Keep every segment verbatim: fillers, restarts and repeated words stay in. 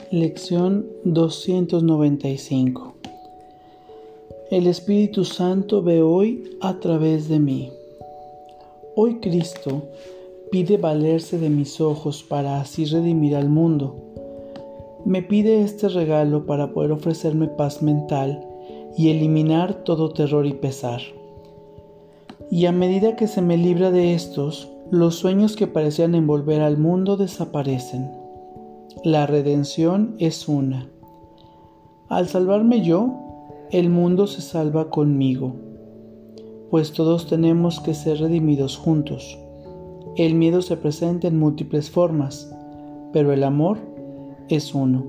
Lección doscientos noventa y cinco. El Espíritu Santo ve hoy a través de mí. Hoy Cristo pide valerse de mis ojos para así redimir al mundo. Me pide este regalo para poder ofrecerme paz mental y eliminar todo terror y pesar. Y a medida que se me libra de estos, los sueños que parecían envolver al mundo desaparecen. La redención es una. Al salvarme yo, el mundo se salva conmigo, pues todos tenemos que ser redimidos juntos. El miedo se presenta en múltiples formas, pero el amor es uno.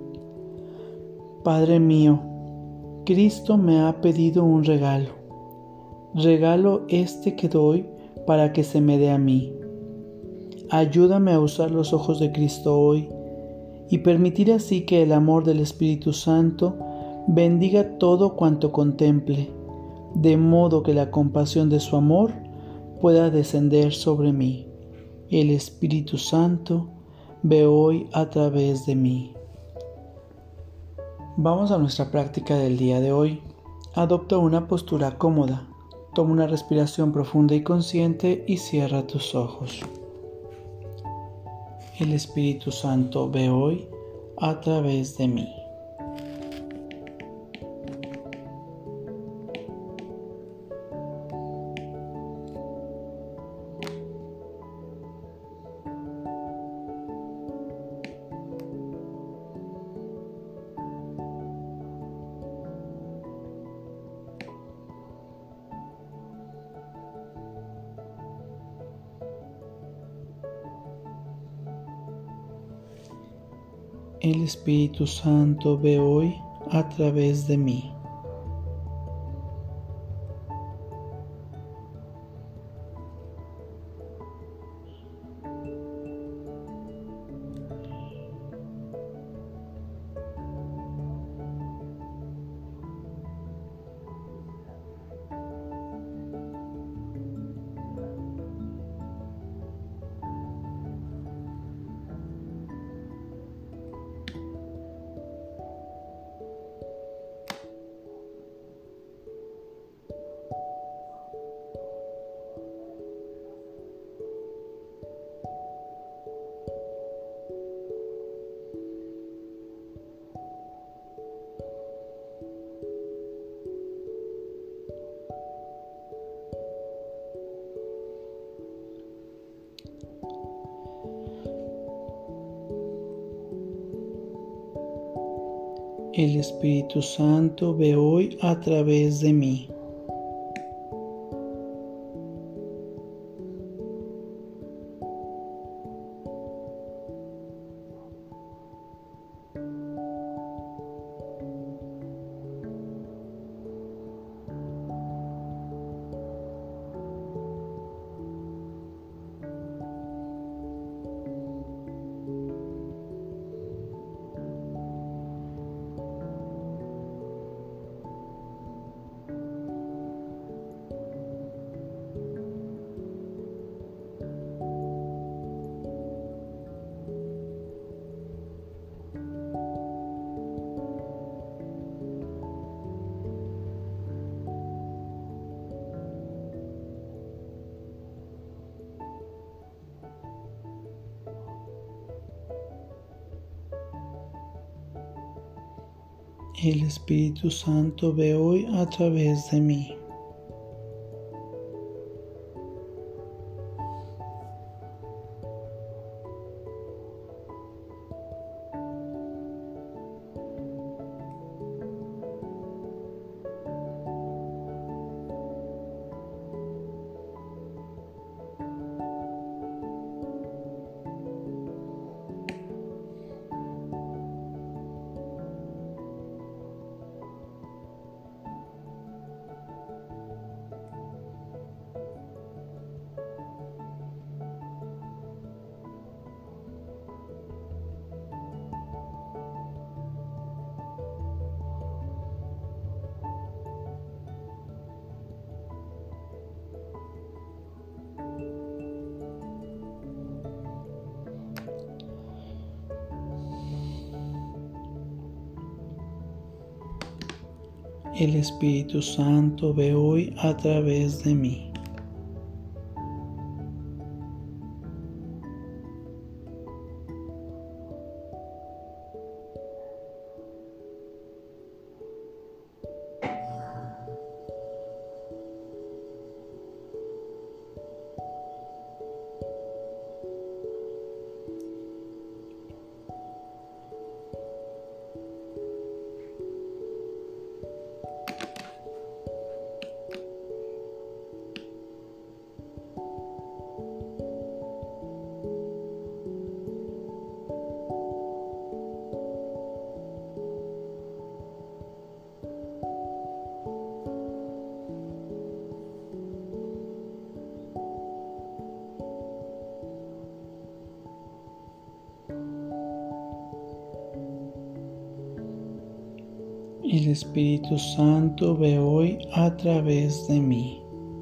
Padre mío, Cristo me ha pedido un regalo. Regalo este que doy para que se me dé a mí. Ayúdame a usar los ojos de Cristo hoy y permitir así que el amor del Espíritu Santo bendiga todo cuanto contemple, de modo que la compasión de su amor pueda descender sobre mí. El Espíritu Santo ve hoy a través de mí. Vamos a nuestra práctica del día de hoy. Adopta una postura cómoda. Toma una respiración profunda y consciente y cierra tus ojos. El Espíritu Santo ve hoy a través de mí. El Espíritu Santo ve hoy a través de mí. El Espíritu Santo ve hoy a través de mí. El Espíritu Santo ve hoy a través de mí. El Espíritu Santo ve hoy a través de mí. El Espíritu Santo ve hoy a través de mí.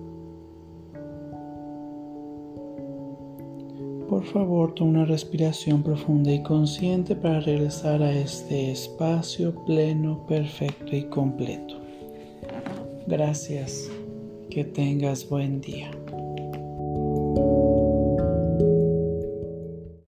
Por favor, toma una respiración profunda y consciente para regresar a este espacio pleno, perfecto y completo. Gracias. Que tengas buen día.